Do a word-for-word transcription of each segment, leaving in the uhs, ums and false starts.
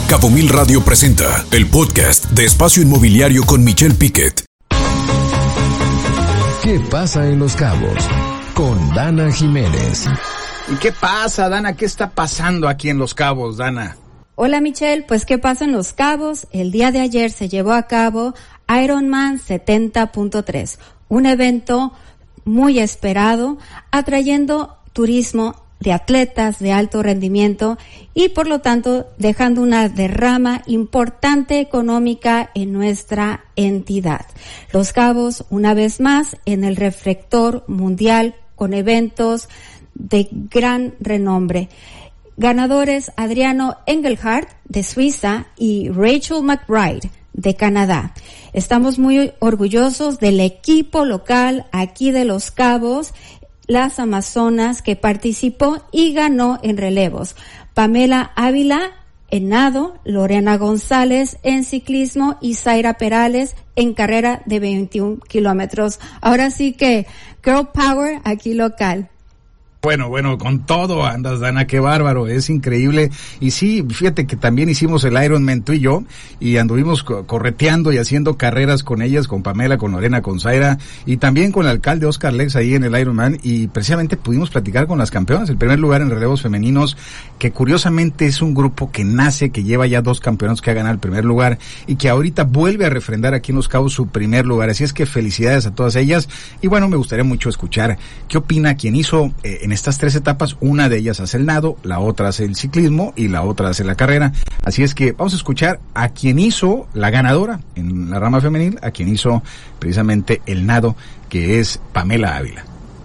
Cabo Mil Radio presenta el podcast de Espacio Inmobiliario con Michelle Piquet. ¿Qué pasa en Los Cabos? Con Dana Jiménez. ¿Y qué pasa, Dana? ¿Qué está pasando aquí en Los Cabos, Dana? Hola, Michelle. Pues, ¿qué pasa en Los Cabos? El día de ayer se llevó a cabo Ironman setenta punto tres, un evento muy esperado, atrayendo turismo de atletas de alto rendimiento y por lo tanto dejando una derrama importante económica en nuestra entidad. Los Cabos, una vez más, en el reflector mundial con eventos de gran renombre. Ganadores Adriano Engelhardt de Suiza y Rachel McBride de Canadá. Estamos muy orgullosos del equipo local aquí de Los Cabos, las Amazonas, que participó y ganó en relevos. Pamela Ávila en nado, Lorena González en ciclismo y Zaira Perales en carrera de veintiún kilómetros. Ahora sí que Girl Power aquí local. Bueno, bueno, con todo andas, Dana, qué bárbaro, es increíble. Y sí, fíjate que también hicimos el Ironman tú y yo, y anduvimos co- correteando y haciendo carreras con ellas, con Pamela, con Lorena, con Zaira, y también con el alcalde Oscar Lex ahí en el Ironman, y precisamente pudimos platicar con las campeonas, el primer lugar en relevos femeninos, que curiosamente es un grupo que nace, que lleva ya dos campeonatos que ha ganado el primer lugar, y que ahorita vuelve a refrendar aquí en Los Cabos su primer lugar. Así es que felicidades a todas ellas, y bueno, me gustaría mucho escuchar qué opina quien hizo eh, en estas tres etapas. Una de ellas hace el nado, la otra hace el ciclismo y la otra hace la carrera. Así es que vamos a escuchar a quien hizo la ganadora en la rama femenil, a quien hizo precisamente el nado, que es Pamela Ávila.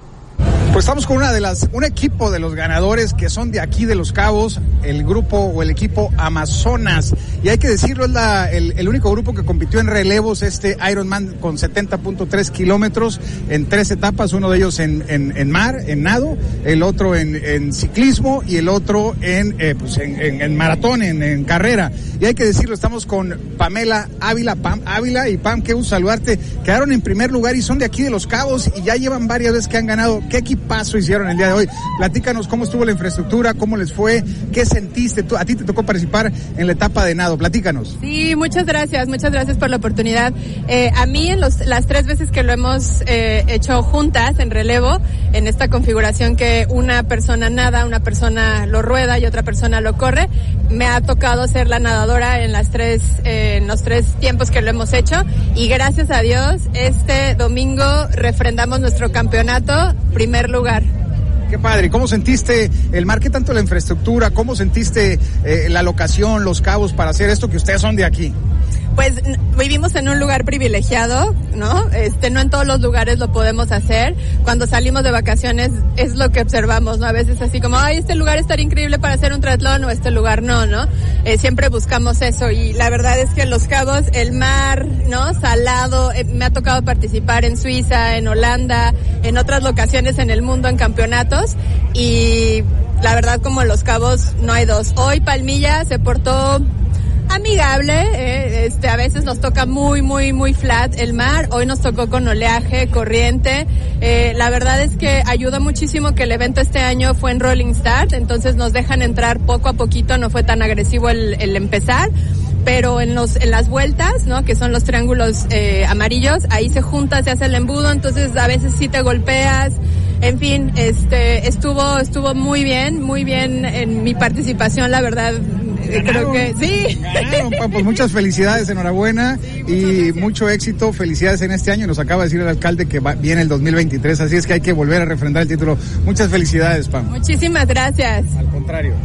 Pues estamos con una de las, un equipo de los ganadores que son de aquí de Los Cabos, el grupo o el equipo Amazonas, y hay que decirlo, es la, el, el único grupo que compitió en relevos este Ironman con setenta punto tres kilómetros en tres etapas, uno de ellos en, en, en mar, en nado, el otro en, en ciclismo y el otro en, eh, pues en, en, en maratón, en, en carrera. Y hay que decirlo, estamos con Pamela Ávila, Pam Ávila, y Pam, qué gusto saludarte. Quedaron en primer lugar y son de aquí de Los Cabos y ya llevan varias veces que han ganado. ¿Qué equipazo hicieron el día de hoy? Platícanos cómo estuvo la infraestructura, cómo les fue, qué sentiste. Tú, a ti te tocó participar en la etapa de nado, platícanos. Sí, muchas gracias, muchas gracias por la oportunidad. Eh, a mí, en los, las tres veces que lo hemos eh, hecho juntas en relevo, en esta configuración que una persona nada, una persona lo rueda y otra persona lo corre, me ha tocado ser la nadadora en las tres, eh, en los tres tiempos que lo hemos hecho, y gracias a Dios, este domingo refrendamos nuestro campeonato, primer lugar. Qué padre. ¿Cómo sentiste el mar? ¿Qué tanto la infraestructura? ¿Cómo sentiste eh, la locación, Los Cabos, para hacer esto que ustedes son de aquí? Pues vivimos en un lugar privilegiado, ¿no? Este, no en todos los lugares lo podemos hacer. Cuando salimos de vacaciones es lo que observamos, ¿no? A veces así como, ay, este lugar estaría increíble para hacer un triatlón, o este lugar no, ¿no? Eh, siempre buscamos eso, y la verdad es que en Los Cabos, el mar, ¿no? Salado, eh, me ha tocado participar en Suiza, en Holanda, en otras locaciones en el mundo, en campeonatos, y la verdad, como en Los Cabos no hay dos. Hoy Palmilla se portó amigable, eh, este, a veces nos toca muy, muy, muy flat el mar, hoy nos tocó con oleaje, corriente, eh, la verdad es que ayuda muchísimo que el evento este año fue en Rolling Start, entonces nos dejan entrar poco a poquito, no fue tan agresivo el, el empezar, pero en los, en las vueltas, ¿no? Que son los triángulos, eh, amarillos, ahí se junta, se hace el embudo, entonces a veces sí te golpeas. En fin, este, estuvo, estuvo muy bien, muy bien en mi participación, la verdad. Creo que sí. Ganaron, pues muchas felicidades, enhorabuena, sí, y mucho éxito, felicidades en este año. Nos acaba de decir el alcalde que va, viene el dos mil veintitrés, así es que hay que volver a refrendar el título. Muchas felicidades, Pam. Muchísimas gracias. Al contrario.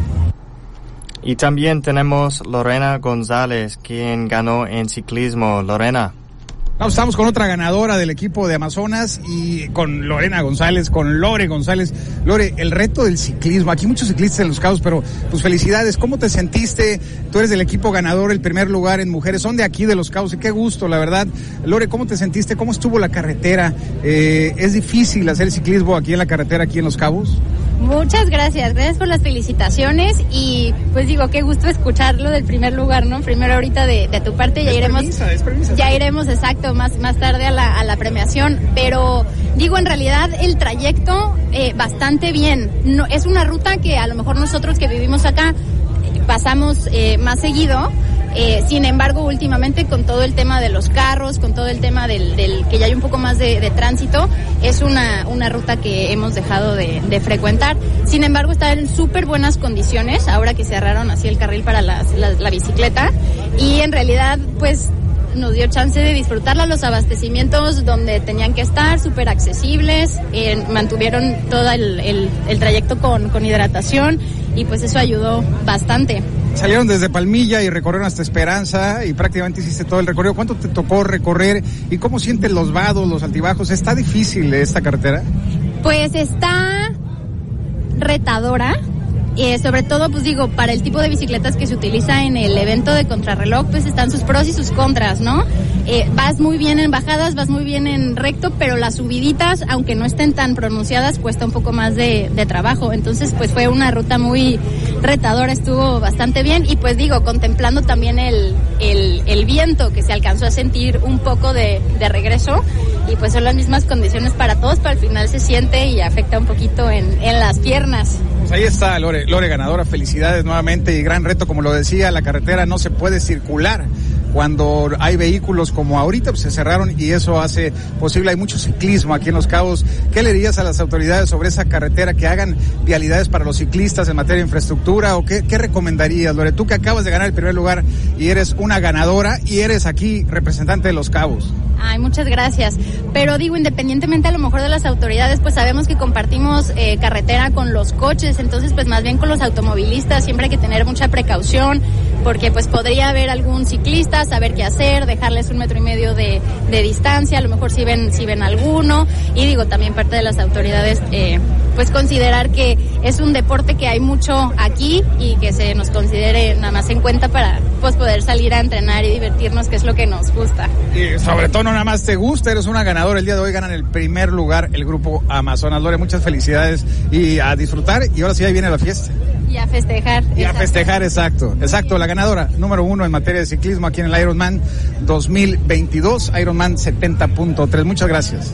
Y también tenemos Lorena González, quien ganó en ciclismo. Lorena. No, estamos con otra ganadora del equipo de Amazonas y con Lorena González, con Lore González. Lore, el reto del ciclismo, aquí muchos ciclistas en Los Cabos, pero pues felicidades, ¿cómo te sentiste? Tú eres del equipo ganador, el primer lugar en mujeres, son de aquí de Los Cabos y qué gusto, la verdad. Lore, ¿cómo te sentiste? ¿Cómo estuvo la carretera? Eh, ¿Es difícil hacer ciclismo aquí en la carretera, aquí en Los Cabos? Muchas gracias, gracias por las felicitaciones y pues digo, qué gusto escucharlo del primer lugar, ¿no? Primero ahorita de, de tu parte, ya es iremos, premisa, es premisa, ya sí. iremos exacto, más, más tarde a la, a la premiación, pero digo, en realidad el trayecto eh, bastante bien, no, es una ruta que a lo mejor nosotros que vivimos acá pasamos eh, más seguido. Eh, sin embargo, últimamente con todo el tema de los carros, con todo el tema del, del que ya hay un poco más de, de tránsito, es una, una ruta que hemos dejado de, de frecuentar. Sin embargo, está en súper buenas condiciones ahora que cerraron así el carril para las, la, la bicicleta, y en realidad pues nos dio chance de disfrutarla. Los abastecimientos donde tenían que estar, súper accesibles, eh, mantuvieron todo el, el, el trayecto con, con hidratación, y pues eso ayudó bastante. Salieron desde Palmilla y recorrieron hasta Esperanza y prácticamente hiciste todo el recorrido. ¿Cuánto te tocó recorrer y cómo sientes los vados, los altibajos? ¿Está difícil esta carretera? Pues está retadora. Eh, sobre todo, pues digo, para el tipo de bicicletas que se utiliza en el evento de contrarreloj, pues están sus pros y sus contras, ¿no? Eh, vas muy bien en bajadas, vas muy bien en recto, pero las subiditas, aunque no estén tan pronunciadas, cuesta un poco más de, de trabajo. Entonces, pues fue una ruta muy retadora, estuvo bastante bien. Y pues digo, contemplando también el, el, el viento que se alcanzó a sentir un poco de, de regreso, y pues son las mismas condiciones para todos, pero al final se siente y afecta un poquito en, en las piernas. Pues ahí está Lore, Lore ganadora, felicidades nuevamente y gran reto, como lo decía, la carretera no se puede circular cuando hay vehículos como ahorita, pues se cerraron y eso hace posible, hay mucho ciclismo aquí en Los Cabos. ¿Qué le dirías a las autoridades sobre esa carretera, que hagan vialidades para los ciclistas en materia de infraestructura, o qué, qué recomendarías, Lore? Tú que acabas de ganar el primer lugar y eres una ganadora y eres aquí representante de Los Cabos. Ay, muchas gracias. Pero digo, independientemente a lo mejor de las autoridades, pues sabemos que compartimos eh, carretera con los coches, entonces pues más bien con los automovilistas siempre hay que tener mucha precaución, porque pues podría haber algún ciclista, saber qué hacer, dejarles un metro y medio de, de distancia, a lo mejor si ven, si ven alguno, y digo, también parte de las autoridades, eh, pues considerar que es un deporte que hay mucho aquí y que se nos considere nada más en cuenta para pues poder salir a entrenar y divertirnos, que es lo que nos gusta. Y sobre todo no nada más te gusta, eres una ganadora. El día de hoy ganan el primer lugar el grupo Amazonas. Lore, muchas felicidades y a disfrutar, y ahora sí ahí viene la fiesta. Y a festejar. Y a festejar, exacto, exacto, la ganadora número uno en materia de ciclismo aquí en el Ironman dos mil veintidós, Ironman setenta punto tres. Muchas gracias.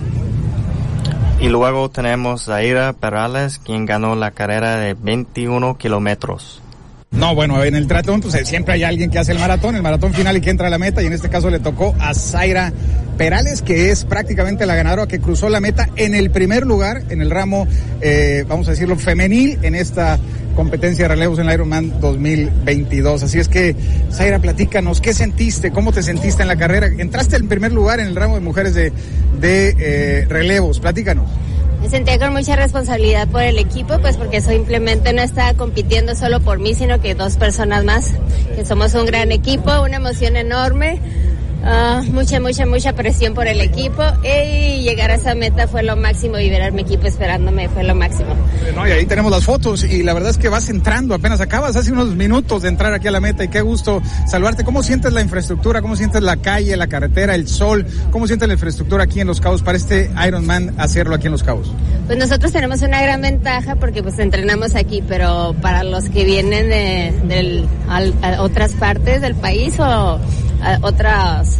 Y luego tenemos Zaira Perales, quien ganó la carrera de veintiuno kilómetros. No, bueno, en el triatlón pues siempre hay alguien que hace el maratón, el maratón final y que entra a la meta, y en este caso le tocó a Zaira Perales, que es prácticamente la ganadora que cruzó la meta en el primer lugar en el ramo, eh, vamos a decirlo, femenil en esta competencia de relevos en el Ironman dos mil veintidós. Así es que, Zaira, platícanos, ¿qué sentiste? ¿Cómo te sentiste en la carrera? Entraste en primer lugar en el ramo de mujeres de, de eh, relevos, platícanos. Me sentía con mucha responsabilidad por el equipo, pues porque simplemente no estaba compitiendo solo por mí, sino que dos personas más, que somos un gran equipo, una emoción enorme, uh, mucha, mucha, mucha presión por el equipo, y llegar a esa meta fue lo máximo, y ver a mi equipo esperándome fue lo máximo. No, y ahí tenemos las fotos, y la verdad es que vas entrando, apenas acabas hace unos minutos de entrar aquí a la meta, y qué gusto saludarte. ¿Cómo sientes la infraestructura? ¿Cómo sientes la calle, la carretera, el sol? ¿Cómo sientes la infraestructura aquí en Los Cabos para este Ironman, hacerlo aquí en Los Cabos? Pues nosotros tenemos una gran ventaja porque pues entrenamos aquí, pero para los que vienen de, de a, a otras partes del país o a otras...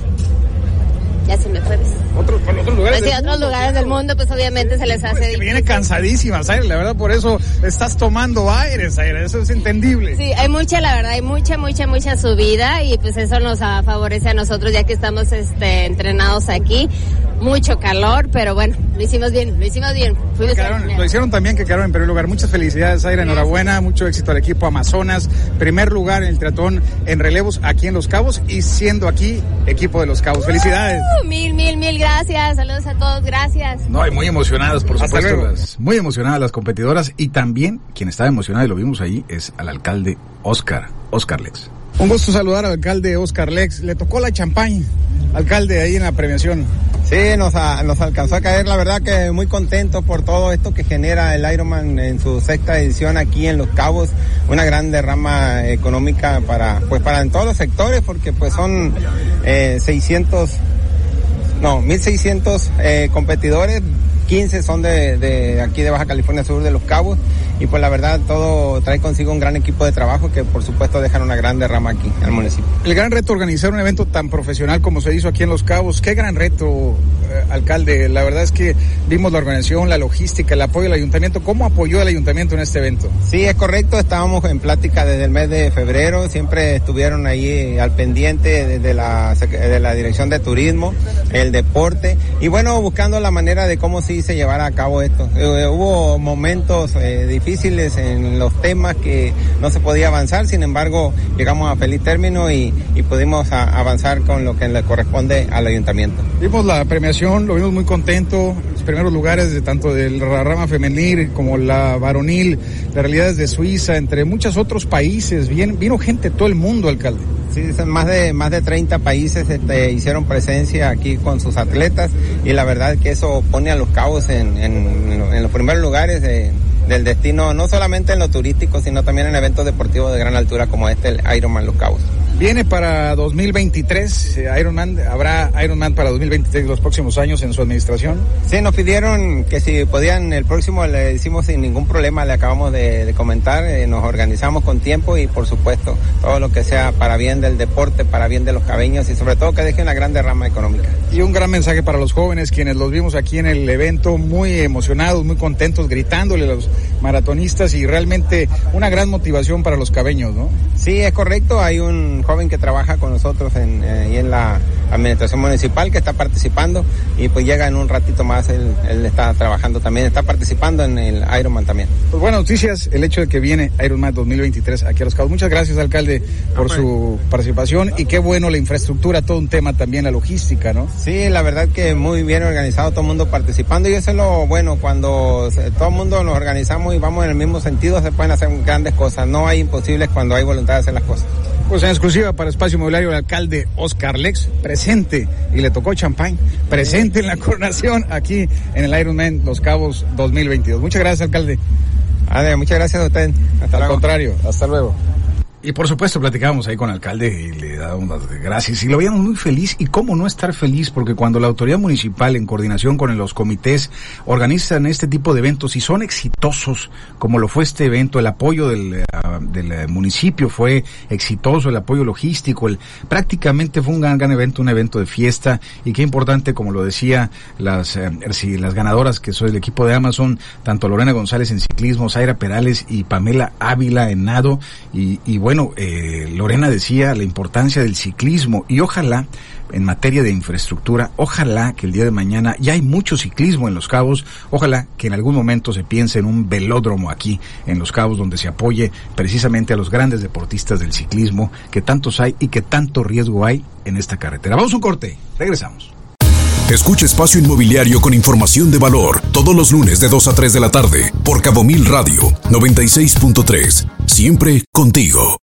Ya se me fue. Otros, por otros lugares, pues sí, del, otros mundo, lugares del mundo, pues obviamente se les hace pues, difícil. Viene cansadísima, Zaira, la verdad, por eso estás tomando aire, Zaira, eso es entendible. Sí, hay mucha, la verdad, hay mucha, mucha, mucha subida, y pues eso nos favorece a nosotros ya que estamos este, entrenados aquí. Mucho calor, pero bueno, lo hicimos bien, lo hicimos bien. Quedaron, lo hicieron también, que quedaron en primer lugar. Muchas felicidades, Zaira, enhorabuena, mucho éxito al equipo Amazonas. Primer lugar en el triatlón en relevos aquí en Los Cabos, y siendo aquí equipo de Los Cabos. Felicidades. Uh, mil, mil, mil gracias. Saludos a todos, gracias. No, y muy emocionadas, por Hasta supuesto. Las, muy emocionadas las competidoras, y también quien estaba emocionado, y lo vimos ahí, es al alcalde Oscar, Oscar Lex. Un gusto saludar al alcalde Oscar Lex. Le tocó la champaña, alcalde, ahí en la premiación. Sí, nos, a, nos alcanzó a caer, la verdad que muy contentos por todo esto que genera el Ironman en su sexta edición aquí en Los Cabos, una gran derrama económica para, pues para en todos los sectores, porque pues son eh, seiscientos, no, mil seiscientos eh, competidores, quince son de, de aquí de Baja California Sur, de Los Cabos, y pues la verdad todo trae consigo un gran equipo de trabajo que por supuesto dejan una gran derrama aquí en el municipio. El gran reto organizar un evento tan profesional como se hizo aquí en Los Cabos, qué gran reto, eh, alcalde. La verdad es que vimos la organización, la logística, el apoyo del ayuntamiento. ¿Cómo apoyó el ayuntamiento en este evento? Sí, es correcto, estábamos en plática desde el mes de febrero, siempre estuvieron ahí al pendiente desde la, de la Dirección de Turismo, el deporte, y bueno, buscando la manera de cómo sí se llevara a cabo esto. Eh, hubo momentos eh, difíciles en los temas que no se podía avanzar, sin embargo, llegamos a feliz término y, y pudimos a, avanzar con lo que le corresponde al ayuntamiento. Vimos la premiación, lo vimos muy contento, los primeros lugares de tanto de la rama femenil como la varonil, las realidades de Suiza, entre muchos otros países. Bien, vino gente de todo el mundo, alcalde. Sí, son más de más de treinta países este, hicieron presencia aquí con sus atletas y la verdad que eso pone a Los Cabos en, en, en los primeros lugares de, del destino, no solamente en lo turístico, sino también en eventos deportivos de gran altura como este, el Ironman Los Cabos. Viene para dos mil veintitrés, eh, Ironman, ¿habrá Ironman para dos mil veintitrés los próximos años en su administración? Sí, nos pidieron que si podían, el próximo le hicimos sin ningún problema, le acabamos de, de comentar, eh, nos organizamos con tiempo y por supuesto todo lo que sea para bien del deporte, para bien de los cabeños y sobre todo que deje una gran derrama económica. Y un gran mensaje para los jóvenes, quienes los vimos aquí en el evento, muy emocionados, muy contentos, gritándole a los maratonistas y realmente una gran motivación para los cabeños, ¿no? Sí, es correcto, hay un joven que trabaja con nosotros en, eh, en la administración municipal que está participando y pues llega en un ratito más, él, él está trabajando también, está participando en el Ironman también. Pues buenas noticias, el hecho de que viene Ironman dos mil veintitrés aquí a Los Cabos. Muchas gracias, alcalde, por su participación y qué bueno la infraestructura, todo un tema también, la logística, ¿no? Sí, la verdad que muy bien organizado, todo el mundo participando y eso es lo bueno, cuando todo el mundo nos organizamos y vamos en el mismo sentido se pueden hacer grandes cosas, no hay imposibles cuando hay voluntad de hacer las cosas. Pues en exclusiva para Espacio Inmobiliario, el alcalde Oscar Lex, presente, y le tocó champán, presente en la coronación aquí en el Ironman Los Cabos dos mil veintidós. Muchas gracias, alcalde. Ade, muchas gracias a usted. Hasta Al luego. contrario, hasta luego. Y por supuesto platicábamos ahí con el alcalde y le dábamos las gracias y lo veíamos muy feliz. Y cómo no estar feliz, porque cuando la autoridad municipal en coordinación con los comités organizan este tipo de eventos y son exitosos, como lo fue este evento, el apoyo del, uh, del municipio fue exitoso, el apoyo logístico, el prácticamente fue un gran, gran evento, un evento de fiesta. Y qué importante, como lo decía, las, eh, las ganadoras que son el equipo de Amazon, tanto Lorena González en ciclismo, Zaira Perales y Pamela Ávila en nado. Y, y bueno, Bueno, eh, Lorena decía la importancia del ciclismo y ojalá, en materia de infraestructura, ojalá que el día de mañana, ya hay mucho ciclismo en Los Cabos, ojalá que en algún momento se piense en un velódromo aquí en Los Cabos donde se apoye precisamente a los grandes deportistas del ciclismo, que tantos hay y que tanto riesgo hay en esta carretera. Vamos a un corte, regresamos. Escucha Espacio Inmobiliario con información de valor todos los lunes de dos a tres de la tarde por Cabo Mil Radio noventa y seis punto tres. Siempre contigo.